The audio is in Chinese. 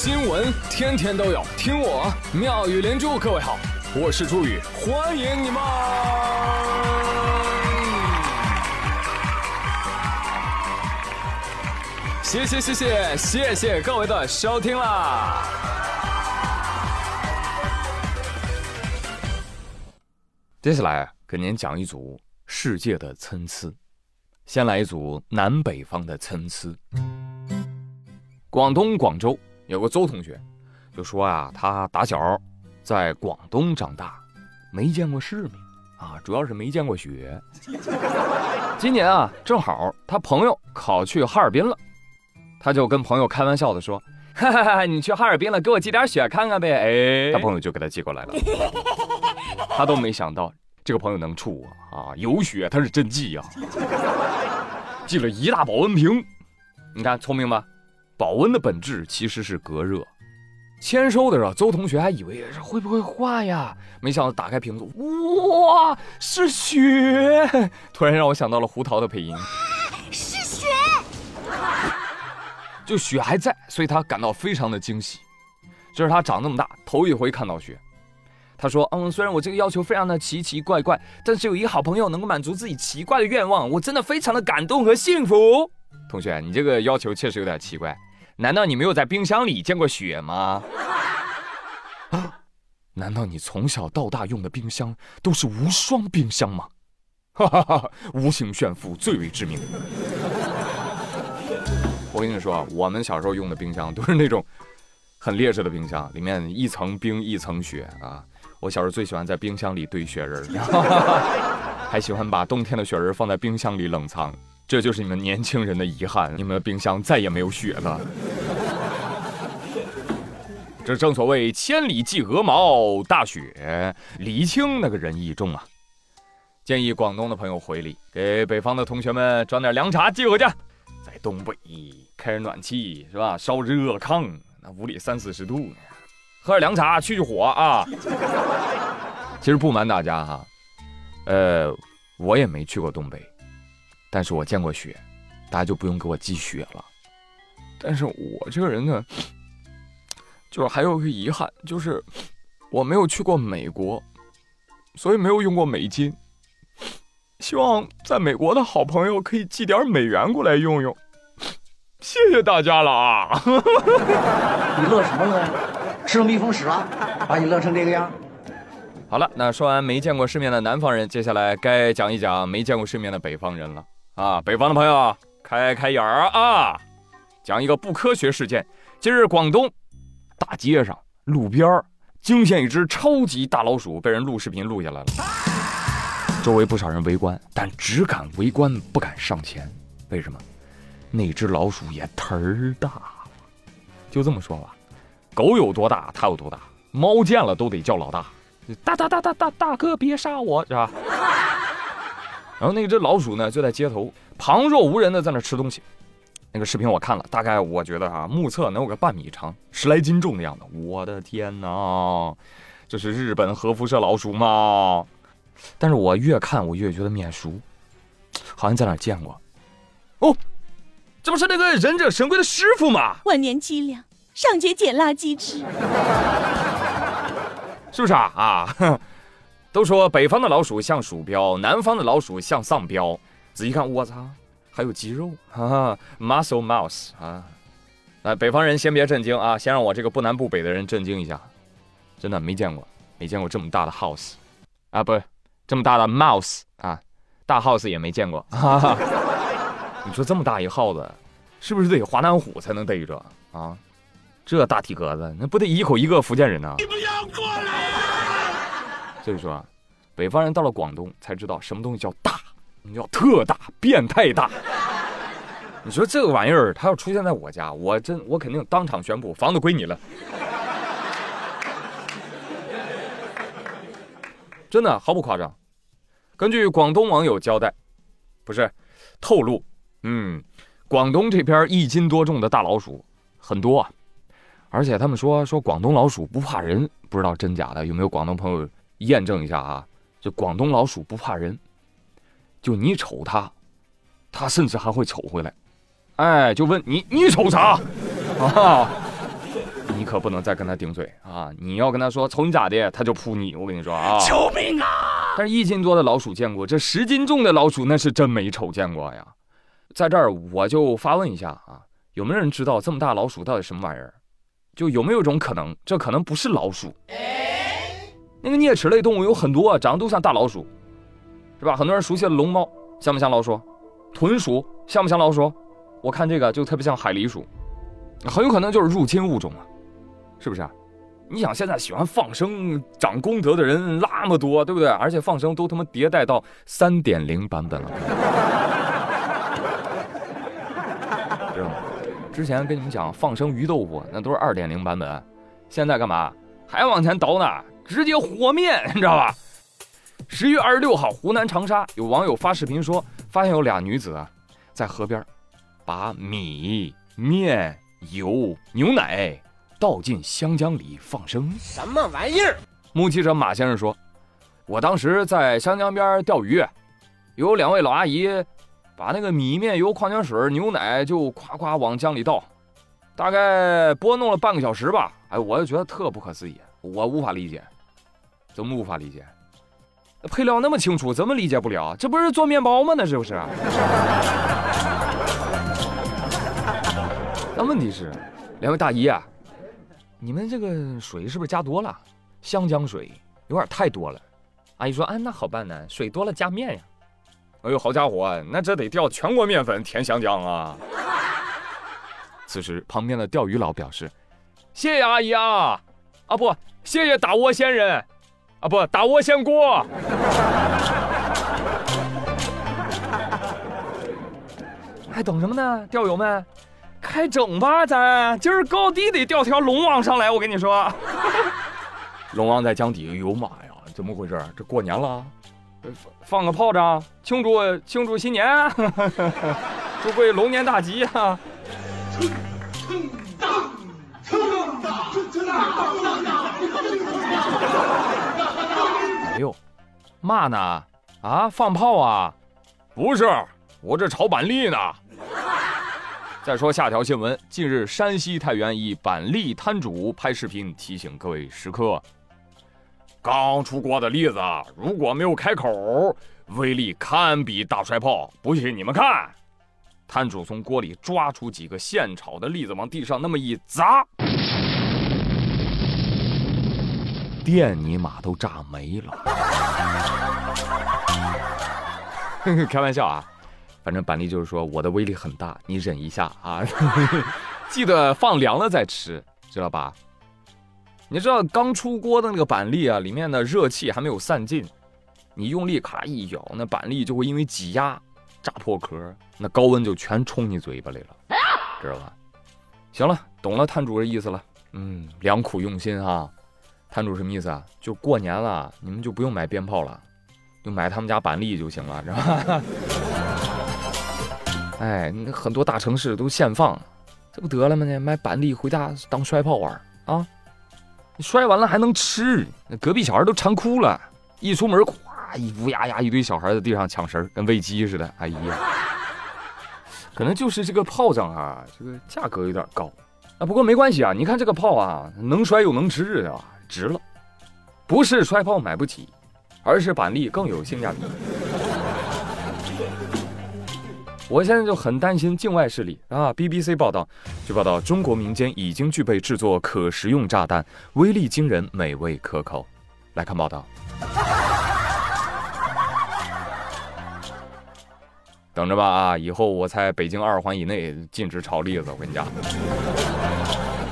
新闻天天都有，听我妙语连珠。各位好，我是朱宇，欢迎你们。谢谢各位的收听啦。接下来给您讲一组世界的参差，先来一组南北方的参差。广东广州有个周同学就说啊，他打小在广东长大，没见过世面啊，主要是没见过雪。今年啊，正好他朋友考去哈尔滨了，他就跟朋友开玩笑的说，哈哈哈，你去哈尔滨了，给我寄点雪看看呗。哎，他朋友就给他寄过来了。他都没想到这个朋友能处啊，有雪他是真寄呀，寄了一大保温瓶。你看聪明吧？保温的本质其实是隔热。签收的时候，周同学还以为会不会化呀，没想到打开瓶子，哇，是雪！突然让我想到了胡桃的配音， 是雪， 就雪还在，所以他感到非常的惊喜。这是他长那么大头一回看到雪。他说，虽然我这个要求非常的奇奇怪怪，但是有一个好朋友能够满足自己奇怪的愿望，我真的非常的感动和幸福。同学，你这个要求确实有点奇怪，难道你没有在冰箱里见过雪吗？难道你从小到大用的冰箱都是无霜冰箱吗？哈哈哈，无形炫富最为致命。我跟你说，我们小时候用的冰箱都是那种很劣质的冰箱，里面一层冰一层雪啊。我小时候最喜欢在冰箱里堆雪人，还喜欢把冬天的雪人放在冰箱里冷藏。这就是你们年轻人的遗憾，你们的冰箱再也没有雪了。这正所谓千里寄鹅毛，大雪厘清那个人意重啊。建议广东的朋友回礼，给北方的同学们装点凉茶寄回家。在东北开着暖气是吧，烧热炕，那屋里30-40度呢，喝点凉茶去火啊。其实不瞒大家哈，我也没去过东北，但是我见过雪，大家就不用给我寄雪了。但是我这个人呢，就是还有个遗憾，就是我没有去过美国，所以没有用过美金。希望在美国的好朋友可以寄点美元过来用用，谢谢大家了啊！ 你乐什么乐呀？吃了蜜蜂屎了，把你乐成这个样。 好了，那说完没见过世面的南方人，接下来该讲一讲没见过世面的北方人了啊！北方的朋友开眼儿啊！讲一个不科学事件。今日广东大街上路边惊现一只超级大老鼠，被人录视频录下来了。周围不少人围观，但只敢围观不敢上前。为什么？那只老鼠也忒儿大了。就这么说吧，狗有多大它有多大，猫见了都得叫老大。大哥别杀我，是吧？然后那只老鼠呢，就在街头旁若无人的在那吃东西。那个视频我看了，大概我觉得目测能有个半米长，10来斤重的样子。我的天哪，这是日本核辐射老鼠吗？但是我越看我越觉得面熟，好像在哪儿见过。哦，这不是那个忍者神龟的师傅吗？ 万年积粮，上街捡垃圾吃， 是不是啊？都说北方的老鼠像鼠标，南方的老鼠像丧彪。仔细看，我操，还有肌肉啊 ，muscle mouse 啊！北方人先别震惊啊，先让我这个不南不北的人震惊一下。真的没见过这么大的 house 啊，不是这么大的 mouse 啊，大 house 也没见过。你说这么大一耗子，是不是得华南虎才能逮着啊？这大体格子，那不得一口一个福建人呢？你不要过来啊！所以说，北方人到了广东才知道什么东西叫大，叫特大，变态大。你说这个玩意儿，它要出现在我家，我肯定当场宣布房子归你了。真的毫不夸张。根据广东网友交代，不是透露，广东这边1斤多重的大老鼠很多啊，而且他们说广东老鼠不怕人，不知道真假的，有没有广东朋友验证一下啊？就广东老鼠不怕人，就你瞅它，它甚至还会瞅回来，哎，就问你瞅啥啊？你可不能再跟他顶嘴啊！你要跟他说瞅你咋的，他就扑你。我跟你说啊， 救命啊！ 但是1斤多的老鼠见过，这10斤重的老鼠那是真没瞅见过呀。在这儿我就发问一下啊，有没有人知道这么大老鼠到底什么玩意儿？就有没有一种可能，这可能不是老鼠？那个啮齿类动物有很多长得都像大老鼠，是吧？很多人熟悉的龙猫像不像老鼠？豚鼠像不像老鼠？我看这个就特别像海狸鼠，很有可能就是入侵物种啊，是不是啊？你想现在喜欢放生长功德的人那么多，对不对？而且放生都他妈迭代到3.0版本了，知道吗？之前跟你们讲放生鱼豆腐那都是2.0版本，现在干嘛还往前倒呢？直接和面，你知道吧？10月26号，湖南长沙有网友发视频说，发现有俩女子啊，在河边把米、面、油、牛奶倒进香江里放生。 什么玩意儿？ 目击者马先生说，我当时在香江边钓鱼，有2位老阿姨把那个米、面、油、矿泉水、牛奶就夸夸往江里倒，大概拨弄了半个小时吧。哎，我就觉得特不可思议，我无法理解。怎么无法理解？配料那么清楚，怎么理解不了？这不是做面包吗？那是不是？那问题是，2位大姨啊，你们这个水是不是加多了？香江水有点太多了。阿姨说，那好办呢，水多了加面呀。哎呦，好家伙，那这得调全国面粉填香江啊！此时，旁边的钓鱼佬表示：“谢谢阿姨啊，不，谢谢打窝仙人，不，打窝仙锅。”还等什么呢，钓友们？开整吧，咱今儿高低得钓条龙王上来，我跟你说。龙王在江底，哎呦妈呀，怎么回事？这过年了，放个炮仗，庆祝新年，祝贵龙年大吉啊！哎呦，嘛呢？啊，放炮啊？不是，我这炒板栗呢。再说下条新闻，近日山西太原一板栗摊主拍视频提醒各位食客，刚出锅的栗子如果没有开口，威力堪比大摔炮，不信你们看。摊主从锅里抓出几个现炒的栗子，往地上那么一砸，电尼玛都炸没了。开玩笑啊，反正板栗就是说我的威力很大，你忍一下啊，记得放凉了再吃，知道吧？你知道刚出锅的那个板栗啊，里面的热气还没有散尽，你用力咔一咬，那板栗就会因为挤压炸破壳，那高温就全冲你嘴巴里了，知道吧？行了，懂了摊主的意思了。良苦用心啊。摊主什么意思啊？就过年了，你们就不用买鞭炮了，就买他们家板栗就行了，知道吧？哎，很多大城市都限放，这不得了吗？买板栗回家当摔炮玩啊！你摔完了还能吃，那隔壁小孩都馋哭了，一出门咵一乌压压一堆小孩在地上抢食，跟喂鸡似的。哎呀，可能就是这个炮仗啊，这个价格有点高啊。不过没关系啊，你看这个炮啊，能摔又能吃的啊，值了。不是摔炮买不起，而是板栗更有性价比。我现在就很担心境外势力啊。BBC 报道，据报道，中国民间已经具备制作可食用炸弹，威力惊人，美味可口。来看报道。等着吧啊！以后我猜北京2环以内禁止炒栗子，我跟你讲。